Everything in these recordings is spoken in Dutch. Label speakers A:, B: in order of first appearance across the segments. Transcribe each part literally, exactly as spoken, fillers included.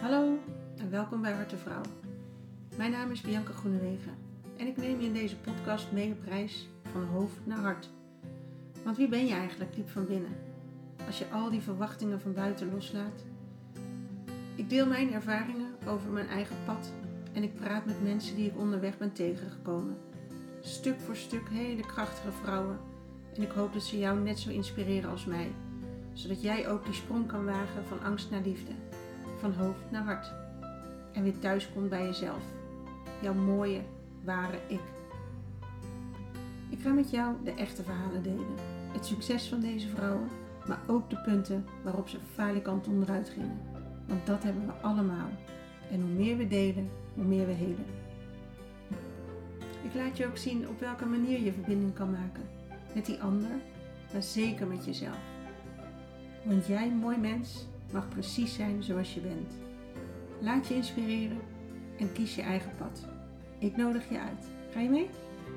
A: Hallo en welkom bij Hart de Vrouw. Mijn naam is Bianca Groenewegen en ik neem je in deze podcast mee op reis van hoofd naar hart. Want wie ben je eigenlijk diep van binnen, als je al die verwachtingen van buiten loslaat? Ik deel mijn ervaringen over mijn eigen pad en ik praat met mensen die ik onderweg ben tegengekomen. Stuk voor stuk hele krachtige vrouwen en ik hoop dat ze jou net zo inspireren als mij, zodat jij ook die sprong kan wagen van angst naar liefde. Van hoofd naar hart. En weer thuis komt bij jezelf. Jouw mooie, ware ik. Ik ga met jou de echte verhalen delen. Het succes van deze vrouwen, maar ook de punten waarop ze falikant onderuit gingen. Want dat hebben we allemaal. En hoe meer we delen, hoe meer we helen. Ik laat je ook zien op welke manier je verbinding kan maken. Met die ander, maar zeker met jezelf. Want jij, mooi mens, mag precies zijn zoals je bent. Laat je inspireren en kies je eigen pad. Ik nodig je uit. Ga je mee?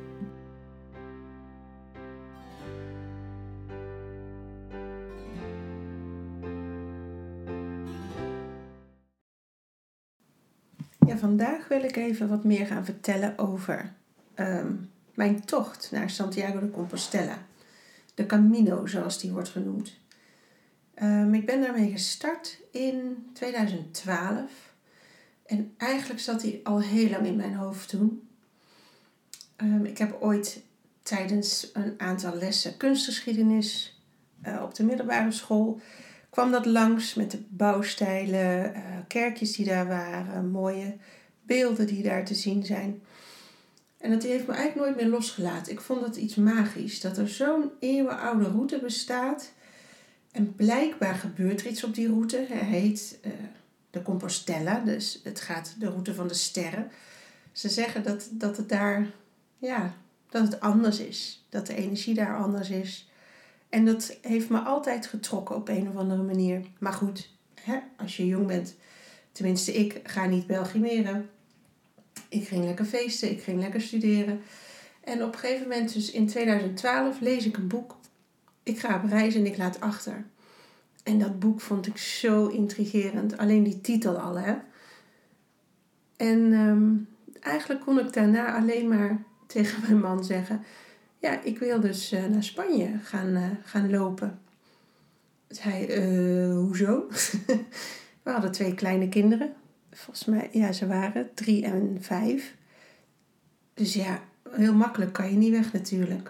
A: Ja, vandaag wil ik even wat meer gaan vertellen over um, mijn tocht naar Santiago de Compostela. De Camino, zoals die wordt genoemd. Um, ik ben daarmee gestart in tweeduizend twaalf. En eigenlijk zat hij al heel lang in mijn hoofd toen. Um, ik heb ooit tijdens een aantal lessen kunstgeschiedenis uh, op de middelbare school, kwam dat langs met de bouwstijlen, uh, kerkjes die daar waren, mooie beelden die daar te zien zijn. En dat heeft me eigenlijk nooit meer losgelaten. Ik vond het iets magisch, dat er zo'n eeuwenoude route bestaat. En blijkbaar gebeurt er iets op die route. Hij heet uh, de Compostela, dus het gaat de route van de sterren. Ze zeggen dat, dat het daar, ja, dat het anders is. Dat de energie daar anders is. En dat heeft me altijd getrokken op een of andere manier. Maar goed, hè, als je jong bent, tenminste ik ga niet Belgimeren. Ik ging lekker feesten, ik ging lekker studeren. En op een gegeven moment, dus in tweeduizend twaalf, lees ik een boek. Ik ga op reis en ik laat achter. En dat boek vond ik zo intrigerend. Alleen die titel al, hè. En um, eigenlijk kon ik daarna alleen maar tegen mijn man zeggen: ja, ik wil dus uh, naar Spanje gaan, uh, gaan lopen. Hij, uh, hoezo? We hadden twee kleine kinderen. Volgens mij, ja, ze waren drie en vijf. Dus ja, heel makkelijk kan je niet weg natuurlijk.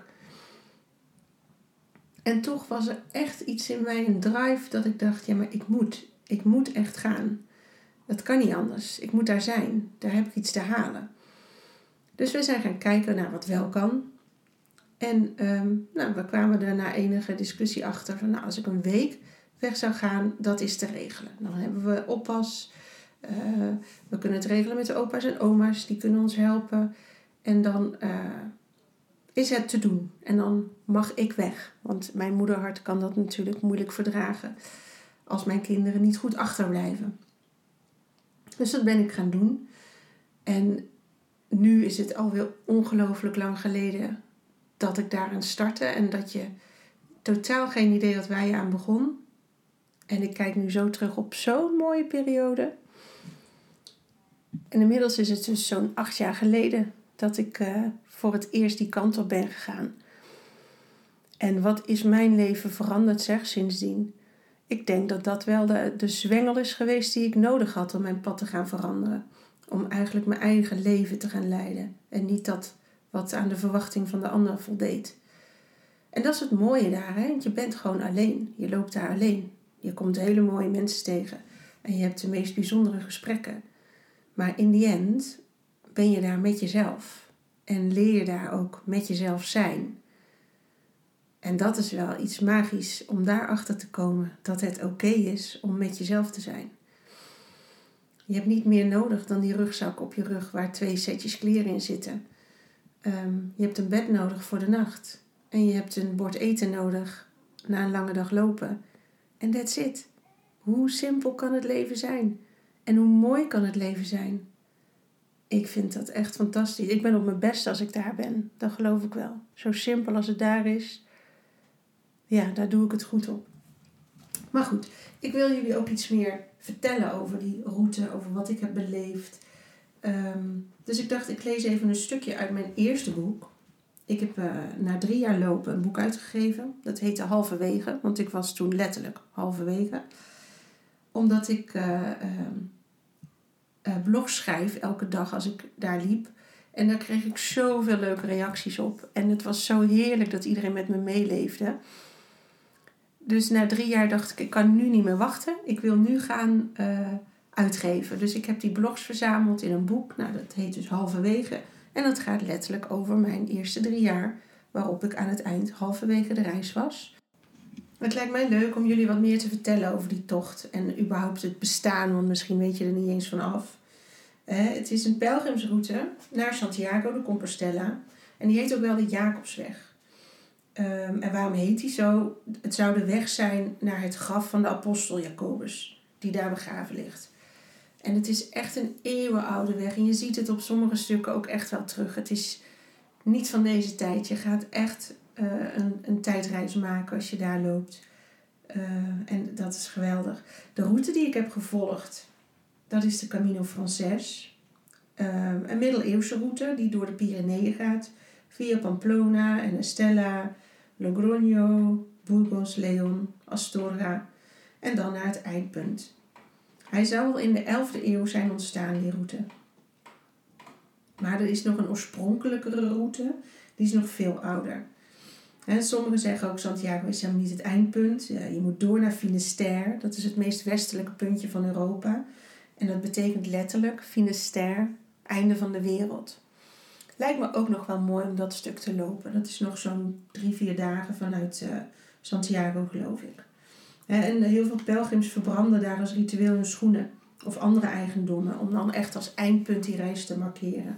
A: En toch was er echt iets in mij, een drive, dat ik dacht, ja, maar ik moet. Ik moet echt gaan. Dat kan niet anders. Ik moet daar zijn. Daar heb ik iets te halen. Dus we zijn gaan kijken naar wat wel kan. En um, nou, we kwamen er na enige discussie achter van, nou, als ik een week weg zou gaan, dat is te regelen. Dan hebben we oppas. Uh, we kunnen het regelen met de opa's en oma's. Die kunnen ons helpen. En dan Uh, is het te doen. En dan mag ik weg. Want mijn moederhart kan dat natuurlijk moeilijk verdragen als mijn kinderen niet goed achterblijven. Dus dat ben ik gaan doen. En nu is het alweer ongelooflijk lang geleden dat ik daaraan startte. En dat je totaal geen idee had waar je aan begon. En ik kijk nu zo terug op zo'n mooie periode. En inmiddels is het dus zo'n acht jaar geleden dat ik uh, voor het eerst die kant op ben gegaan. En wat is mijn leven veranderd, zeg, sindsdien? Ik denk dat dat wel de, de zwengel is geweest die ik nodig had om mijn pad te gaan veranderen. Om eigenlijk mijn eigen leven te gaan leiden. En niet dat wat aan de verwachting van de ander voldeed. En dat is het mooie daar, hè? Want je bent gewoon alleen. Je loopt daar alleen. Je komt hele mooie mensen tegen. En je hebt de meest bijzondere gesprekken. Maar in die end ben je daar met jezelf. En leer je daar ook met jezelf zijn. En dat is wel iets magisch om daarachter te komen. Dat het oké is om met jezelf te zijn. Je hebt niet meer nodig dan die rugzak op je rug waar twee setjes kleren in zitten. Um, je hebt een bed nodig voor de nacht. En je hebt een bord eten nodig na een lange dag lopen. En that's it. Hoe simpel kan het leven zijn? En hoe mooi kan het leven zijn? Ik vind dat echt fantastisch. Ik ben op mijn best als ik daar ben. Dat geloof ik wel. Zo simpel als het daar is. Ja, daar doe ik het goed op. Maar goed, ik wil jullie ook iets meer vertellen over die route, over wat ik heb beleefd. Um, dus ik dacht, ik lees even een stukje uit mijn eerste boek. Ik heb uh, na drie jaar lopen een boek uitgegeven. Dat heette Halverwege, want ik was toen letterlijk halverwege. Omdat ik uh, uh, uh, blogs schrijf elke dag als ik daar liep. En daar kreeg ik zoveel leuke reacties op. En het was zo heerlijk dat iedereen met me meeleefde. Dus na drie jaar dacht ik, ik kan nu niet meer wachten. Ik wil nu gaan uh, uitgeven. Dus ik heb die blogs verzameld in een boek. Nou, dat heet dus Halverwege. En dat gaat letterlijk over mijn eerste drie jaar. Waarop ik aan het eind halverwege de reis was. Het lijkt mij leuk om jullie wat meer te vertellen over die tocht. En überhaupt het bestaan, want misschien weet je er niet eens van af. Uh, het is een pelgrimsroute naar Santiago de Compostela. En die heet ook wel de Jacobsweg. Um, en waarom heet die zo? Het zou de weg zijn naar het graf van de apostel Jacobus, die daar begraven ligt. En het is echt een eeuwenoude weg. En je ziet het op sommige stukken ook echt wel terug. Het is niet van deze tijd. Je gaat echt uh, een, een tijdreis maken als je daar loopt. Uh, en dat is geweldig. De route die ik heb gevolgd, dat is de Camino Frances. Uh, een middeleeuwse route die door de Pyreneeën gaat. Via Pamplona en Estella, Logroño, Burgos, León, Astorga en dan naar het eindpunt. Hij zou al in de elfde eeuw zijn ontstaan, die route. Maar er is nog een oorspronkelijkere route, die is nog veel ouder. En sommigen zeggen ook, Santiago is helemaal niet het eindpunt. Ja, je moet door naar Finisterre, dat is het meest westelijke puntje van Europa. En dat betekent letterlijk Finisterre, einde van de wereld. Lijkt me ook nog wel mooi om dat stuk te lopen. Dat is nog zo'n drie, vier dagen vanuit uh, Santiago, geloof ik. En heel veel pelgrims verbranden daar als ritueel hun schoenen of andere eigendommen. Om dan echt als eindpunt die reis te markeren.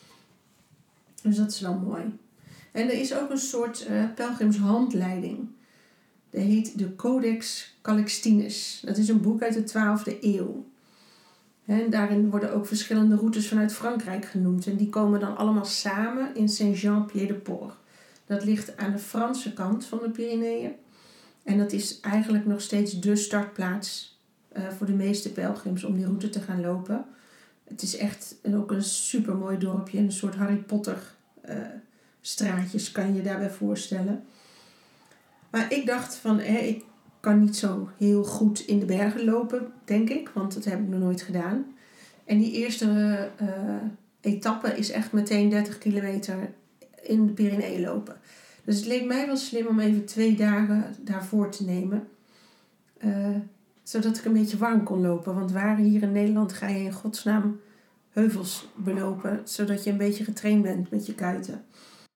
A: Dus dat is wel mooi. En er is ook een soort uh, pelgrimshandleiding. Dat heet de Codex Calixtinus. Dat is een boek uit de twaalfde eeuw. En daarin worden ook verschillende routes vanuit Frankrijk genoemd. En die komen dan allemaal samen in Saint-Jean-Pied-de-Port. Dat ligt aan de Franse kant van de Pyreneeën. En dat is eigenlijk nog steeds de startplaats uh, voor de meeste pelgrims om die route te gaan lopen. Het is echt ook een supermooi dorpje. Een soort Harry Potter uh, straatjes kan je daarbij voorstellen. Maar ik dacht van, hé, ik kan niet zo heel goed in de bergen lopen, denk ik. Want dat heb ik nog nooit gedaan. En die eerste uh, etappe is echt meteen dertig kilometer in de Pyreneeën lopen. Dus het leek mij wel slim om even twee dagen daarvoor te nemen. Uh, zodat ik een beetje warm kon lopen. Want waar hier in Nederland ga je in godsnaam heuvels belopen. Zodat je een beetje getraind bent met je kuiten.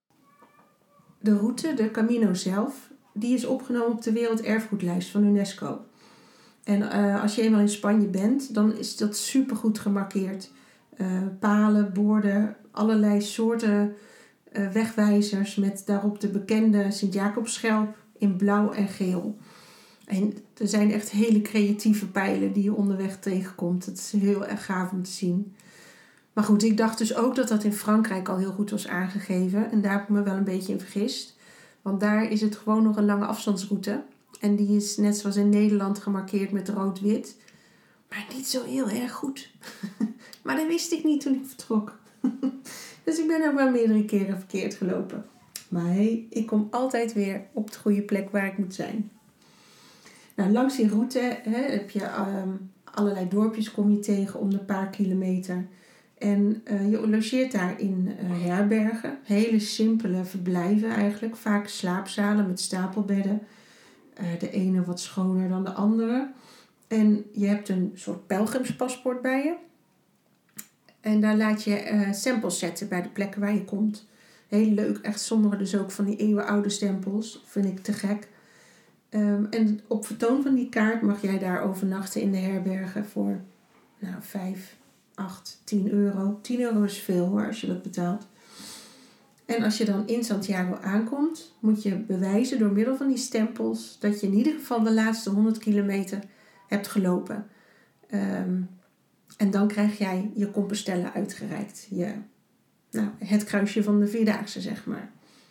A: De route, de Camino zelf, die is opgenomen op de Werelderfgoedlijst van UNESCO. En uh, als je eenmaal in Spanje bent, dan is dat supergoed gemarkeerd. Uh, palen, borden, allerlei soorten uh, wegwijzers met daarop de bekende Sint-Jacobsschelp in blauw en geel. En er zijn echt hele creatieve pijlen die je onderweg tegenkomt. Het is heel erg gaaf om te zien. Maar goed, ik dacht dus ook dat dat in Frankrijk al heel goed was aangegeven. En daar heb ik me wel een beetje in vergist. Want daar is het gewoon nog een lange afstandsroute. En die is net zoals in Nederland gemarkeerd met rood-wit. Maar niet zo heel erg goed. Maar dat wist ik niet toen ik vertrok. Dus ik ben ook wel meerdere keren verkeerd gelopen. Maar hey, ik kom altijd weer op de goede plek waar ik moet zijn. Nou, langs die route hè, heb je um, allerlei dorpjes kom je tegen om de paar kilometer. En uh, je logeert daar in uh, herbergen. Hele simpele verblijven eigenlijk. Vaak slaapzalen met stapelbedden. Uh, de ene wat schoner dan de andere. En je hebt een soort pelgrimspaspoort bij je. En daar laat je uh, stempels zetten bij de plekken waar je komt. Heel leuk. Echt sommige dus ook van die eeuwenoude stempels. Vind ik te gek. Um, en op vertoon van die kaart mag jij daar overnachten in de herbergen voor nou, vijf, acht, tien euro. tien euro is veel hoor, als je dat betaalt. En als je dan in Santiago aankomt, moet je bewijzen door middel van die stempels dat je in ieder geval de laatste honderd kilometer hebt gelopen. Um, en dan krijg jij je Compostela uitgereikt. Je, nou, het kruisje van de Vierdaagse, zeg maar.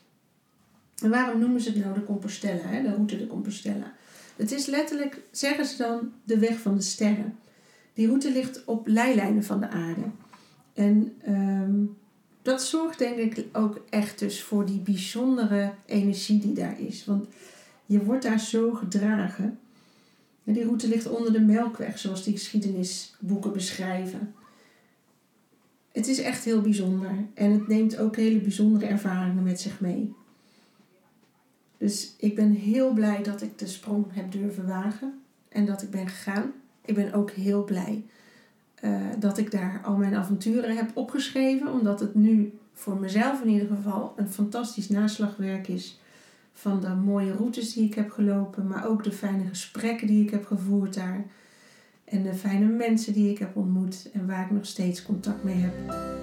A: En waarom noemen ze het nou de Compostela, hè? De route de Compostela? Het is letterlijk, zeggen ze dan, de weg van de sterren. Die route ligt op leilijnen van de aarde. En um, dat zorgt denk ik ook echt dus voor die bijzondere energie die daar is. Want je wordt daar zo gedragen. En die route ligt onder de Melkweg, zoals die geschiedenisboeken beschrijven. Het is echt heel bijzonder. En het neemt ook hele bijzondere ervaringen met zich mee. Dus ik ben heel blij dat ik de sprong heb durven wagen. En dat ik ben gegaan. Ik ben ook heel blij uh, dat ik daar al mijn avonturen heb opgeschreven. Omdat het nu voor mezelf in ieder geval een fantastisch naslagwerk is. Van de mooie routes die ik heb gelopen. Maar ook de fijne gesprekken die ik heb gevoerd daar. En de fijne mensen die ik heb ontmoet. En waar ik nog steeds contact mee heb.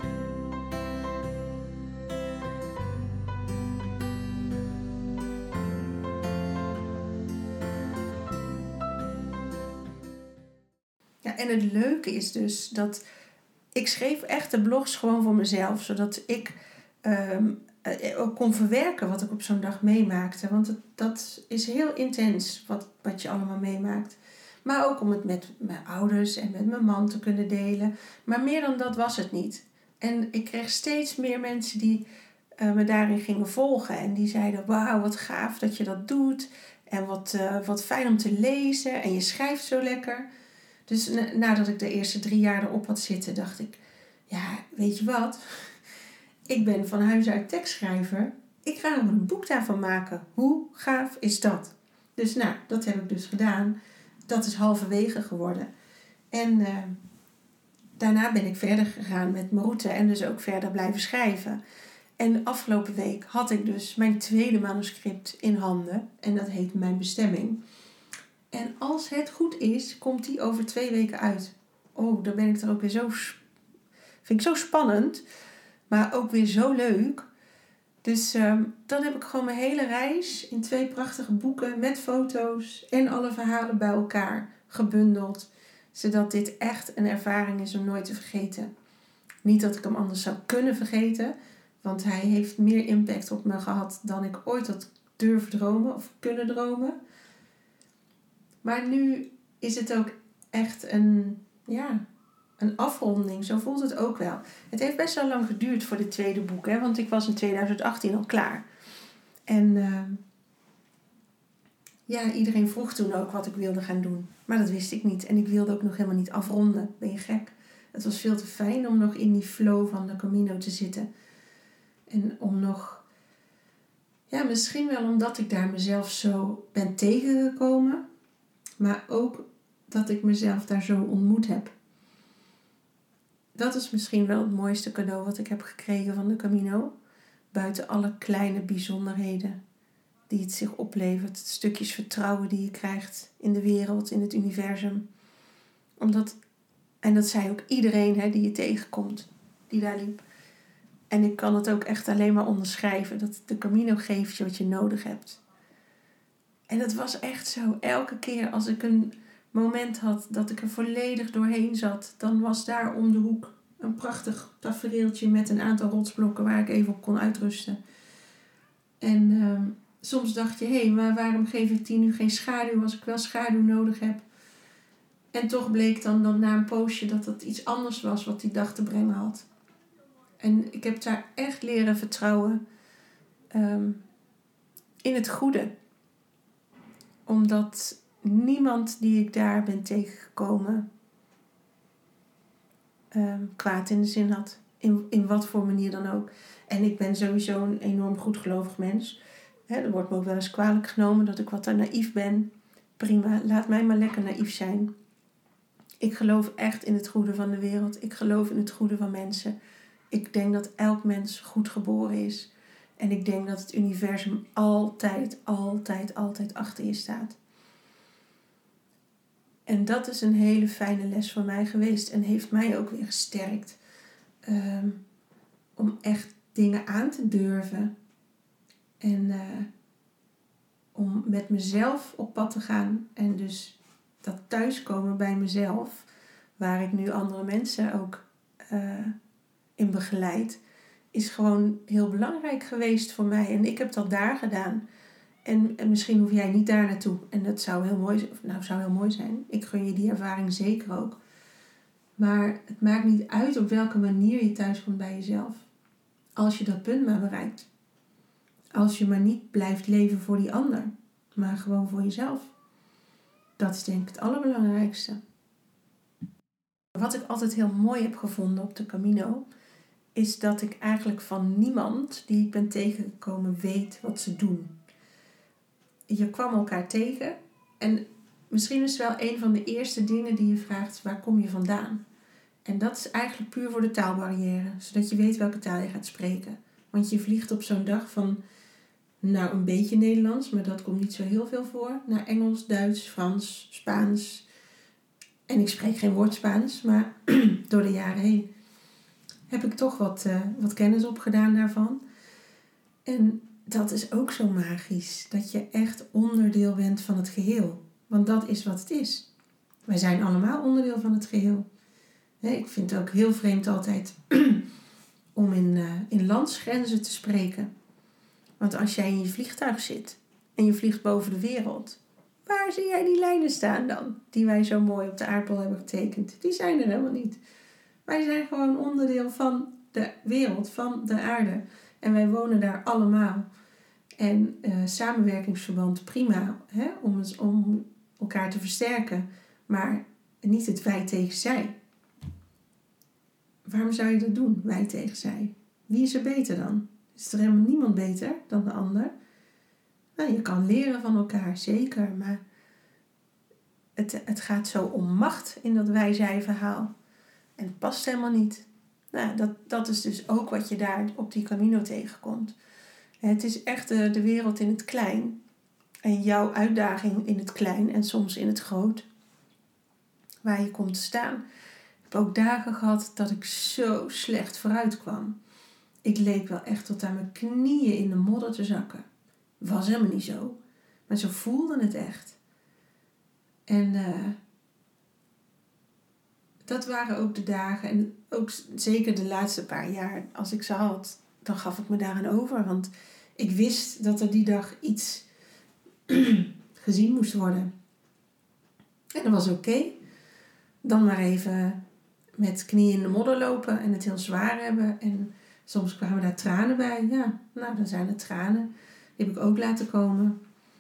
A: Ja, en het leuke is dus dat ik schreef echt de blogs gewoon voor mezelf. Zodat ik um, ook kon verwerken wat ik op zo'n dag meemaakte. Want het, dat is heel intens wat, wat je allemaal meemaakt. Maar ook om het met mijn ouders en met mijn man te kunnen delen. Maar meer dan dat was het niet. En ik kreeg steeds meer mensen die uh, me daarin gingen volgen. En die zeiden, wauw, wat gaaf dat je dat doet. En wat, uh, wat fijn om te lezen. En je schrijft zo lekker. Dus na, nadat ik de eerste drie jaar erop had zitten, dacht ik, ja, weet je wat? Ik ben van huis uit tekstschrijver. Ik ga nog een boek daarvan maken. Hoe gaaf is dat? Dus nou, dat heb ik dus gedaan. Dat is halverwege geworden. En uh, daarna ben ik verder gegaan met mijn route en dus ook verder blijven schrijven. En afgelopen week had ik dus mijn tweede manuscript in handen. En dat heet Mijn Bestemming. En als het goed is, komt die over twee weken uit. Oh, dan ben ik er ook weer zo... Vind ik zo spannend. Maar ook weer zo leuk. Dus um, dan heb ik gewoon mijn hele reis in twee prachtige boeken met foto's en alle verhalen bij elkaar gebundeld. Zodat dit echt een ervaring is om nooit te vergeten. Niet dat ik hem anders zou kunnen vergeten. Want hij heeft meer impact op me gehad dan ik ooit had durven dromen of kunnen dromen. Maar nu is het ook echt een, ja, een afronding. Zo voelt het ook wel. Het heeft best wel lang geduurd voor dit tweede boek. Hè? Want ik was in twintig achttien al klaar. En uh, ja, iedereen vroeg toen ook wat ik wilde gaan doen. Maar dat wist ik niet. En ik wilde ook nog helemaal niet afronden. Ben je gek? Het was veel te fijn om nog in die flow van de Camino te zitten. En om nog... Ja, misschien wel omdat ik daar mezelf zo ben tegengekomen. Maar ook dat ik mezelf daar zo ontmoet heb. Dat is misschien wel het mooiste cadeau wat ik heb gekregen van de Camino. Buiten alle kleine bijzonderheden die het zich oplevert. Stukjes vertrouwen die je krijgt in de wereld, in het universum. Omdat, en dat zei ook iedereen hè, die je tegenkomt, die daar liep. En ik kan het ook echt alleen maar onderschrijven. Dat de Camino geeft je wat je nodig hebt. En dat was echt zo. Elke keer als ik een moment had dat ik er volledig doorheen zat, dan was daar om de hoek een prachtig tafereeltje met een aantal rotsblokken waar ik even op kon uitrusten. En uh, soms dacht je, hé, hey, maar waarom geef ik die nu geen schaduw als ik wel schaduw nodig heb? En toch bleek dan, dan na een poosje dat het iets anders was wat die dag te brengen had. En ik heb daar echt leren vertrouwen um, in het goede. Omdat niemand die ik daar ben tegengekomen um, kwaad in de zin had. In, in wat voor manier dan ook. En ik ben sowieso een enorm goedgelovig mens. He, er wordt me ook wel eens kwalijk genomen dat ik wat te naïef ben. Prima, laat mij maar lekker naïef zijn. Ik geloof echt in het goede van de wereld. Ik geloof in het goede van mensen. Ik denk dat elk mens goed geboren is. En ik denk dat het universum altijd, altijd, altijd achter je staat. En dat is een hele fijne les voor mij geweest. En heeft mij ook weer gesterkt. Um, om echt dingen aan te durven. En uh, om met mezelf op pad te gaan. En dus dat thuiskomen bij mezelf. Waar ik nu andere mensen ook uh, in begeleid. Is gewoon heel belangrijk geweest voor mij. En ik heb dat daar gedaan. En, en misschien hoef jij niet daar naartoe. En dat zou heel mooi, nou, zou heel mooi zijn. Ik gun je die ervaring zeker ook. Maar het maakt niet uit op welke manier je thuis komt bij jezelf. Als je dat punt maar bereikt. Als je maar niet blijft leven voor die ander, maar gewoon voor jezelf. Dat is denk ik het allerbelangrijkste. Wat ik altijd heel mooi heb gevonden op de Camino, is dat ik eigenlijk van niemand die ik ben tegengekomen weet wat ze doen. Je kwam elkaar tegen en misschien is het wel een van de eerste dingen die je vraagt, waar kom je vandaan? En dat is eigenlijk puur voor de taalbarrière, zodat je weet welke taal je gaat spreken. Want je vliegt op zo'n dag van, nou een beetje Nederlands, maar dat komt niet zo heel veel voor, naar Engels, Duits, Frans, Spaans. En ik spreek geen woord Spaans, maar door de jaren heen heb ik toch wat, uh, wat kennis opgedaan daarvan. En dat is ook zo magisch, dat je echt onderdeel bent van het geheel. Want dat is wat het is. Wij zijn allemaal onderdeel van het geheel. Nee, ik vind het ook heel vreemd altijd om in, uh, in landsgrenzen te spreken. Want als jij in je vliegtuig zit en je vliegt boven de wereld, waar zie jij die lijnen staan dan? Die wij zo mooi op de aardbol hebben getekend. Die zijn er helemaal niet. Wij zijn gewoon onderdeel van de wereld, van de aarde. En wij wonen daar allemaal. En uh, samenwerkingsverband prima, hè? Om, het, om elkaar te versterken. Maar niet het wij tegen zij. Waarom zou je dat doen, wij tegen zij? Wie is er beter dan? Is er helemaal niemand beter dan de ander? Nou, je kan leren van elkaar, zeker. Maar het, het gaat zo om macht in dat wij-zij-verhaal. En het past helemaal niet. Nou, dat, dat is dus ook wat je daar op die Camino tegenkomt. Het is echt de, de wereld in het klein. En jouw uitdaging in het klein en soms in het groot. Waar je komt te staan. Ik heb ook dagen gehad dat ik zo slecht vooruit kwam. Ik leek wel echt tot aan mijn knieën in de modder te zakken. Was helemaal niet zo. Maar zo voelde het echt. En uh, dat waren ook de dagen. En ook zeker de laatste paar jaar. Als ik ze had, dan gaf ik me daaraan over. Want ik wist dat er die dag iets gezien moest worden. En dat was oké. Okay. Dan maar even met knieën in de modder lopen en het heel zwaar hebben. En soms kwamen daar tranen bij. Ja, nou dan zijn het tranen. Die heb ik ook laten komen.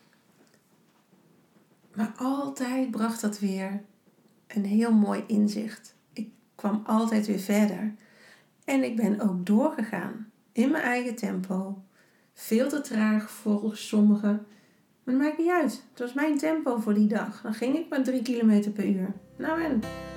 A: Maar altijd bracht dat weer een heel mooi inzicht. Ik kwam altijd weer verder. En ik ben ook doorgegaan. In mijn eigen tempo. Veel te traag volgens sommigen. Maar dat maakt niet uit. Het was mijn tempo voor die dag. Dan ging ik maar drie kilometer per uur. Nou en...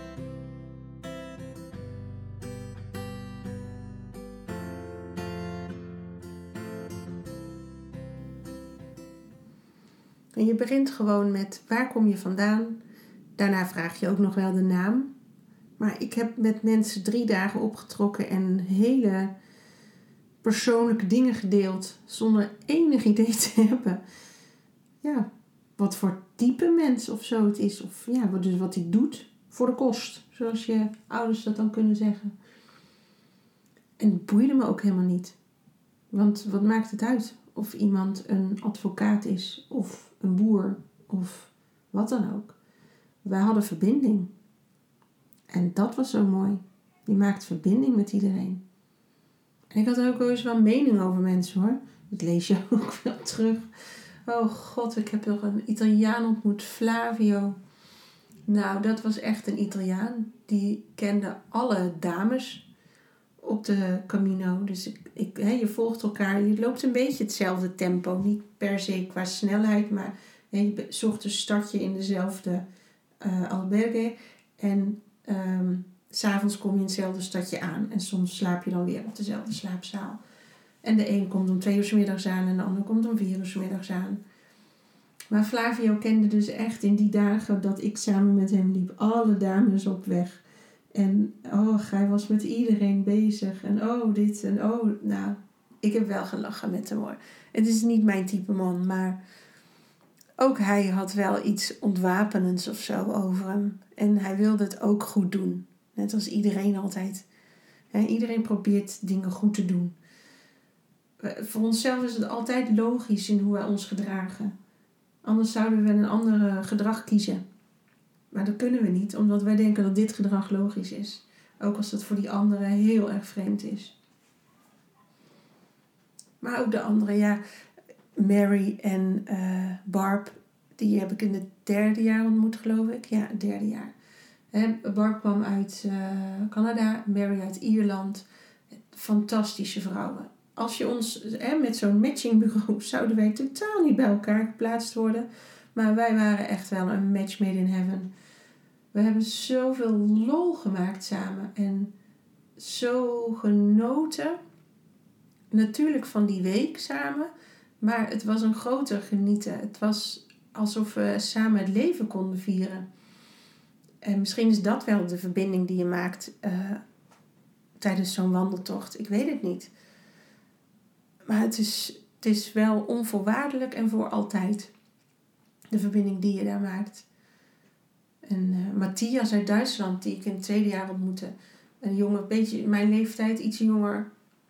A: En je begint gewoon met waar kom je vandaan. Daarna vraag je ook nog wel de naam. Maar ik heb met mensen drie dagen opgetrokken en hele persoonlijke dingen gedeeld. Zonder enig idee te hebben. Ja, wat voor type mens of zo het is. Of ja, dus wat hij doet voor de kost. Zoals je ouders dat dan kunnen zeggen. En het boeide me ook helemaal niet. Want wat maakt het uit of iemand een advocaat is of een boer of wat dan ook. Wij hadden verbinding. En dat was zo mooi. Die maakt verbinding met iedereen. En ik had ook wel eens wel mening over mensen hoor. Dat lees je ook wel terug. Oh god, ik heb nog een Italiaan ontmoet, Flavio. Nou, dat was echt een Italiaan. Die kende alle dames op de Camino. Dus ik, ik, hè, je volgt elkaar. Je loopt een beetje hetzelfde tempo. Niet per se qua snelheid. Maar hè, je, 's ochtends start je in dezelfde uh, albergue. En um, 's avonds kom je in hetzelfde stadje aan. En soms slaap je dan weer op dezelfde slaapzaal. En de een komt om twee uur 's middags aan. En de ander komt om vier uur 's middags aan. Maar Flavio kende dus echt in die dagen dat ik samen met hem liep. Alle dames op weg. En oh, hij was met iedereen bezig. En oh, dit en oh. Nou, ik heb wel gelachen met hem hoor. Het is niet mijn type man. Maar ook hij had wel iets ontwapenends of zo over hem. En hij wilde het ook goed doen. Net als iedereen altijd. He, iedereen probeert dingen goed te doen. Voor onszelf is het altijd logisch in hoe wij ons gedragen. Anders zouden we een ander gedrag kiezen. Maar dat kunnen we niet, omdat wij denken dat dit gedrag logisch is. Ook als dat voor die anderen heel erg vreemd is. Maar ook de anderen, ja. Mary en uh, Barb, die heb ik in het derde jaar ontmoet, geloof ik. Ja, het derde jaar. He, Barb kwam uit uh, Canada, Mary uit Ierland. Fantastische vrouwen. Als je ons, he, met zo'n matchingbureau zouden wij totaal niet bij elkaar geplaatst worden. Maar wij waren echt wel een match made in heaven. We hebben zoveel lol gemaakt samen. En zo genoten. Natuurlijk van die week samen. Maar het was een groter genieten. Het was alsof we samen het leven konden vieren. En misschien is dat wel de verbinding die je maakt uh, tijdens zo'n wandeltocht. Ik weet het niet. Maar het is, het is wel onvoorwaardelijk en voor altijd. De verbinding die je daar maakt. En uh, Matthias uit Duitsland, die ik in het tweede jaar ontmoette. Een jongen, een beetje mijn leeftijd, iets jonger.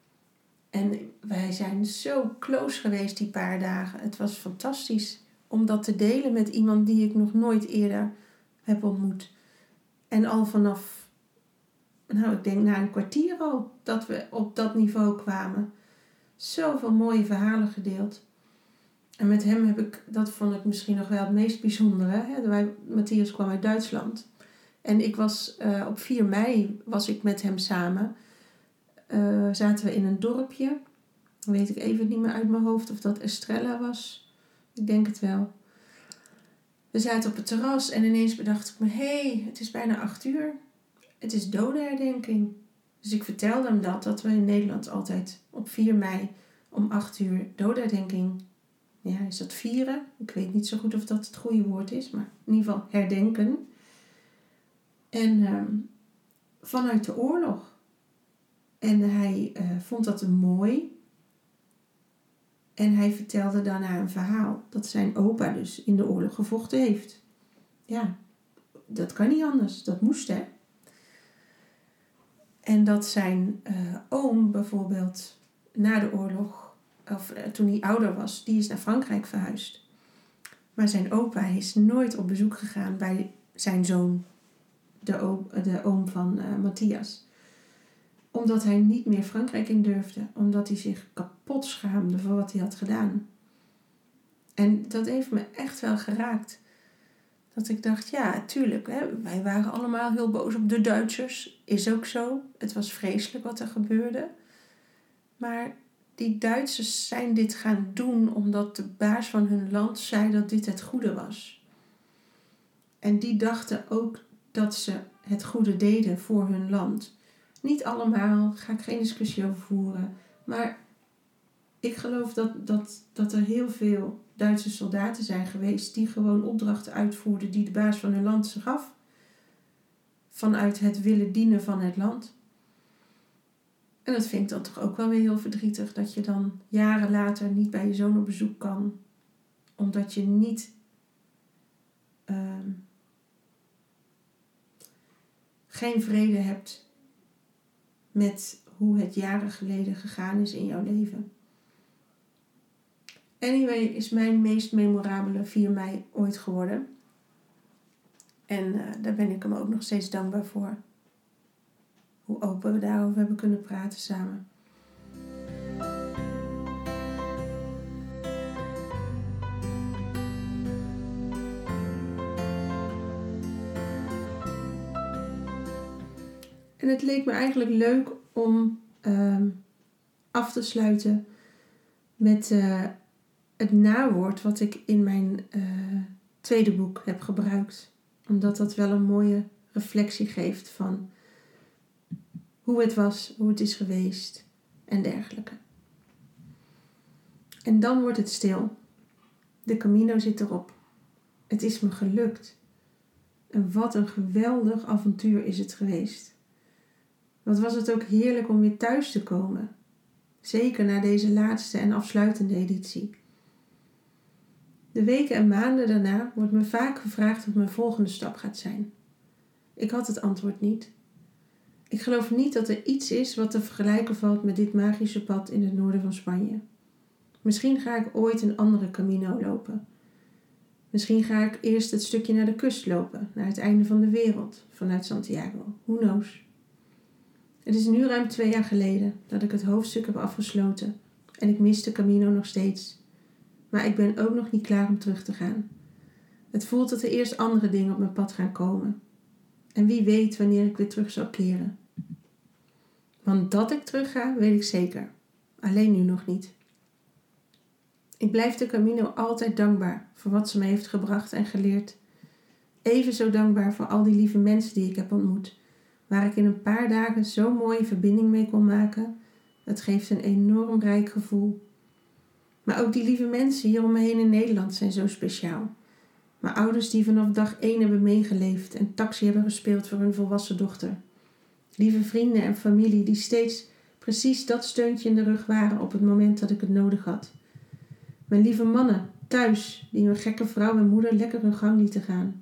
A: En wij zijn zo close geweest die paar dagen. Het was fantastisch om dat te delen met iemand die ik nog nooit eerder heb ontmoet. En al vanaf, nou ik denk na een kwartier al, dat we op dat niveau kwamen. Zoveel mooie verhalen gedeeld. En met hem heb ik, dat vond ik misschien nog wel het meest bijzondere. Hè? Wij, Matthias kwam uit Duitsland. En ik was uh, op vier mei was ik met hem samen. Uh, zaten we in een dorpje. Dan weet ik even niet meer uit mijn hoofd of dat Estrella was. Ik denk het wel. We zaten op het terras en ineens bedacht ik me, hé, hey, het is bijna acht uur. Het is dodenherdenking. Dus ik vertelde hem dat, dat we in Nederland altijd op vier mei om acht uur dodenherdenking, ja, is dat vieren? Ik weet niet zo goed of dat het goede woord is, maar in ieder geval herdenken. En uh, vanuit de oorlog. En hij uh, vond dat mooi. En hij vertelde daarna een verhaal dat zijn opa dus in de oorlog gevochten heeft. Ja, dat kan niet anders. Dat moest, hè. En dat zijn uh, oom bijvoorbeeld na de oorlog, of uh, toen hij ouder was, die is naar Frankrijk verhuisd. Maar zijn opa is nooit op bezoek gegaan bij zijn zoon, de oom, de oom van uh, Matthias. Omdat hij niet meer Frankrijk in durfde. Omdat hij zich kapot schaamde voor wat hij had gedaan. En dat heeft me echt wel geraakt. Dat ik dacht, ja, tuurlijk, hè, wij waren allemaal heel boos op de Duitsers. Is ook zo. Het was vreselijk wat er gebeurde. Maar die Duitsers zijn dit gaan doen omdat de baas van hun land zei dat dit het goede was. En die dachten ook dat ze het goede deden voor hun land. Niet allemaal, ga ik geen discussie over voeren. Maar ik geloof dat, dat, dat er heel veel Duitse soldaten zijn geweest die gewoon opdrachten uitvoerden die de baas van hun land ze gaf. Vanuit het willen dienen van het land. En dat vind ik dan toch ook wel weer heel verdrietig. Dat je dan jaren later niet bij je zoon op bezoek kan. Omdat je niet uh, geen vrede hebt met hoe het jaren geleden gegaan is in jouw leven. Anyway, is mijn meest memorabele vier mei ooit geworden. En uh, daar ben ik hem ook nog steeds dankbaar voor. Hoe open we daarover hebben kunnen praten samen. En het leek me eigenlijk leuk om uh, af te sluiten met uh, het nawoord wat ik in mijn uh, tweede boek heb gebruikt. Omdat dat wel een mooie reflectie geeft van hoe het was, hoe het is geweest en dergelijke. En dan wordt het stil. De Camino zit erop. Het is me gelukt. En wat een geweldig avontuur is het geweest. Wat was het ook heerlijk om weer thuis te komen. Zeker na deze laatste en afsluitende editie. De weken en maanden daarna wordt me vaak gevraagd wat mijn volgende stap gaat zijn. Ik had het antwoord niet. Ik geloof niet dat er iets is wat te vergelijken valt met dit magische pad in het noorden van Spanje. Misschien ga ik ooit een andere Camino lopen. Misschien ga ik eerst het stukje naar de kust lopen, naar het einde van de wereld, vanuit Santiago. Who knows? Het is nu ruim twee jaar geleden dat ik het hoofdstuk heb afgesloten en ik mis de Camino nog steeds. Maar ik ben ook nog niet klaar om terug te gaan. Het voelt dat er eerst andere dingen op mijn pad gaan komen. En wie weet wanneer ik weer terug zal keren. Want dat ik terug ga, weet ik zeker. Alleen nu nog niet. Ik blijf de Camino altijd dankbaar voor wat ze me heeft gebracht en geleerd. Evenzo dankbaar voor al die lieve mensen die ik heb ontmoet. Waar ik in een paar dagen zo'n mooie verbinding mee kon maken. Dat geeft een enorm rijk gevoel. Maar ook die lieve mensen hier om me heen in Nederland zijn zo speciaal. Mijn ouders die vanaf dag één hebben meegeleefd en taxi hebben gespeeld voor hun volwassen dochter. Lieve vrienden en familie die steeds precies dat steuntje in de rug waren op het moment dat ik het nodig had. Mijn lieve mannen thuis die mijn gekke vrouw en moeder lekker hun gang lieten gaan.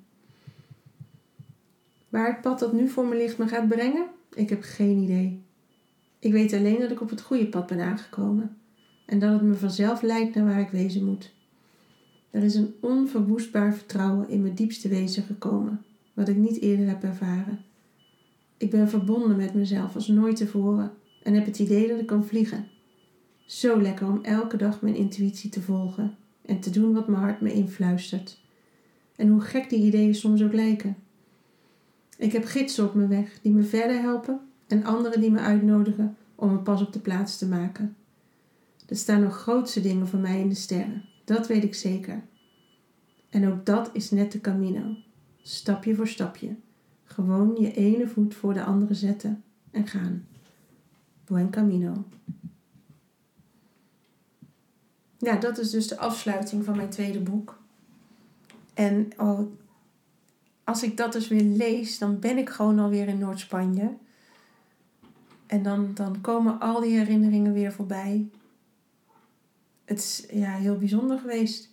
A: Waar het pad dat nu voor me ligt me gaat brengen? Ik heb geen idee. Ik weet alleen dat ik op het goede pad ben aangekomen. En dat het me vanzelf leidt naar waar ik wezen moet. Er is een onverwoestbaar vertrouwen in mijn diepste wezen gekomen, wat ik niet eerder heb ervaren. Ik ben verbonden met mezelf als nooit tevoren en heb het idee dat ik kan vliegen. Zo lekker om elke dag mijn intuïtie te volgen en te doen wat mijn hart me influistert. En hoe gek die ideeën soms ook lijken. Ik heb gidsen op mijn weg die me verder helpen en anderen die me uitnodigen om een pas op de plaats te maken. Er staan nog grootste dingen voor mij in de sterren, dat weet ik zeker. En ook dat is net de Camino, stapje voor stapje. Gewoon je ene voet voor de andere zetten en gaan. Buen Camino. Ja, dat is dus de afsluiting van mijn tweede boek. En oh, als ik dat dus weer lees, dan ben ik gewoon alweer in Noord-Spanje. En dan, dan komen al die herinneringen weer voorbij. Het is ja, heel bijzonder geweest.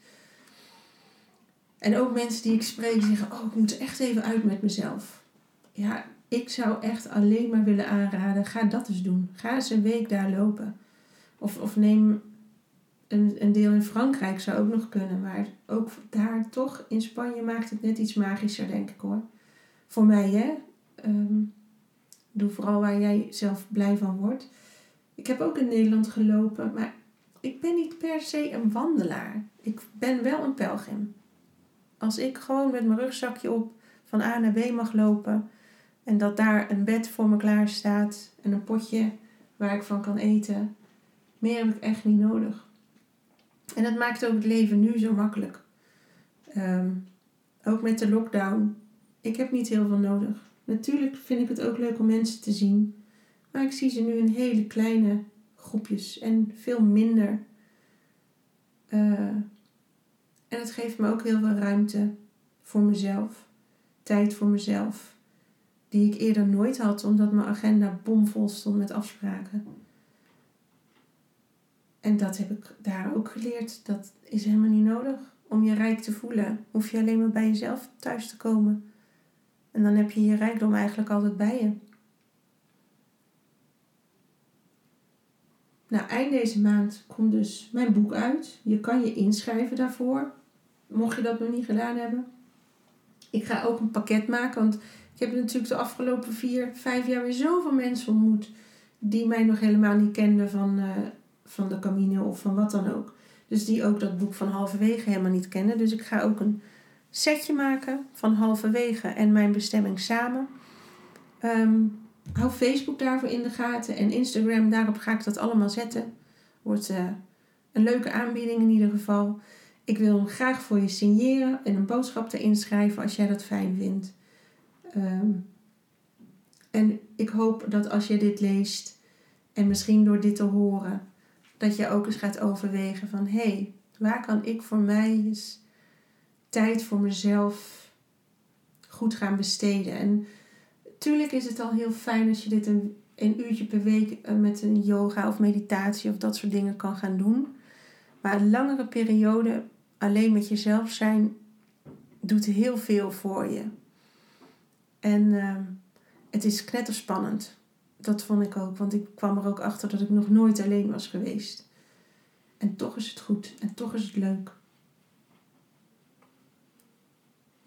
A: En ook mensen die ik spreek zeggen, oh, ik moet er echt even uit met mezelf. Ja, ik zou echt alleen maar willen aanraden, ga dat eens doen. Ga eens een week daar lopen. Of, of neem een, een deel in Frankrijk, zou ook nog kunnen. Maar ook daar toch, in Spanje maakt het net iets magischer, denk ik hoor. Voor mij, hè. Um, doe vooral waar jij zelf blij van wordt. Ik heb ook in Nederland gelopen, maar ik ben niet per se een wandelaar. Ik ben wel een pelgrim. Als ik gewoon met mijn rugzakje op van A naar B mag lopen en dat daar een bed voor me klaar staat en een potje waar ik van kan eten, meer heb ik echt niet nodig. En dat maakt ook het leven nu zo makkelijk. Um, ook met de lockdown. Ik heb niet heel veel nodig. Natuurlijk vind ik het ook leuk om mensen te zien, maar ik zie ze nu in hele kleine groepjes en veel minder. Uh, en het geeft me ook heel veel ruimte voor mezelf. Tijd voor mezelf. Die ik eerder nooit had, omdat mijn agenda bomvol stond met afspraken. En dat heb ik daar ook geleerd. Dat is helemaal niet nodig. Om je rijk te voelen, hoef je alleen maar bij jezelf thuis te komen. En dan heb je je rijkdom eigenlijk altijd bij je. Nou, eind deze maand komt dus mijn boek uit. Je kan je inschrijven daarvoor. Mocht je dat nog niet gedaan hebben. Ik ga ook een pakket maken. Want ik heb natuurlijk de afgelopen vier, vijf jaar weer zoveel mensen ontmoet. Die mij nog helemaal niet kenden van, uh, van de Camino of van wat dan ook. Dus die ook dat boek van halverwege helemaal niet kennen. Dus ik ga ook een setje maken van halverwege en mijn bestemming samen. Um, hou Facebook daarvoor in de gaten. En Instagram, daarop ga ik dat allemaal zetten. Wordt uh, een leuke aanbieding in ieder geval. Ik wil hem graag voor je signeren en een boodschap erin schrijven als jij dat fijn vindt. Um, en ik hoop dat als je dit leest en misschien door dit te horen, dat je ook eens gaat overwegen van hé, hey, waar kan ik voor mij eens tijd voor mezelf goed gaan besteden. En natuurlijk is het al heel fijn als je dit een, een uurtje per week met een yoga of meditatie of dat soort dingen kan gaan doen. Maar een langere periode alleen met jezelf zijn doet heel veel voor je. En uh, het is knetterspannend. Dat vond ik ook, want ik kwam er ook achter dat ik nog nooit alleen was geweest. En toch is het goed en toch is het leuk.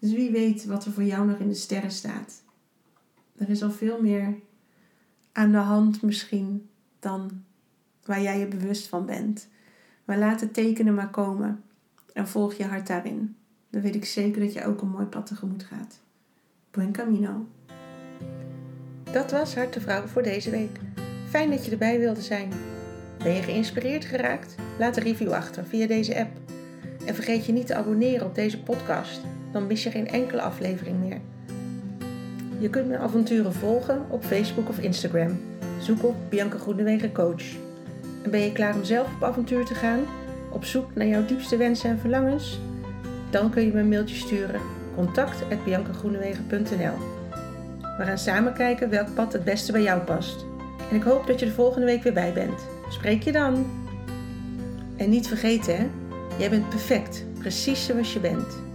A: Dus wie weet wat er voor jou nog in de sterren staat. Er is al veel meer aan de hand misschien dan waar jij je bewust van bent. Maar laat de tekenen maar komen en volg je hart daarin. Dan weet ik zeker dat je ook een mooi pad tegemoet gaat. Buen camino. Dat was Hart de Vrouw voor deze week. Fijn dat je erbij wilde zijn. Ben je geïnspireerd geraakt? Laat een review achter via deze app. En vergeet je niet te abonneren op deze podcast. Dan mis je geen enkele aflevering meer. Je kunt mijn avonturen volgen op Facebook of Instagram. Zoek op Bianca Groenewegen Coach. En ben je klaar om zelf op avontuur te gaan? Op zoek naar jouw diepste wensen en verlangens? Dan kun je me een mailtje sturen. contact at bianca groenewegen punt n l. We gaan samen kijken welk pad het beste bij jou past. En ik hoop dat je de volgende week weer bij bent. Spreek je dan! En niet vergeten hè, jij bent perfect, precies zoals je bent.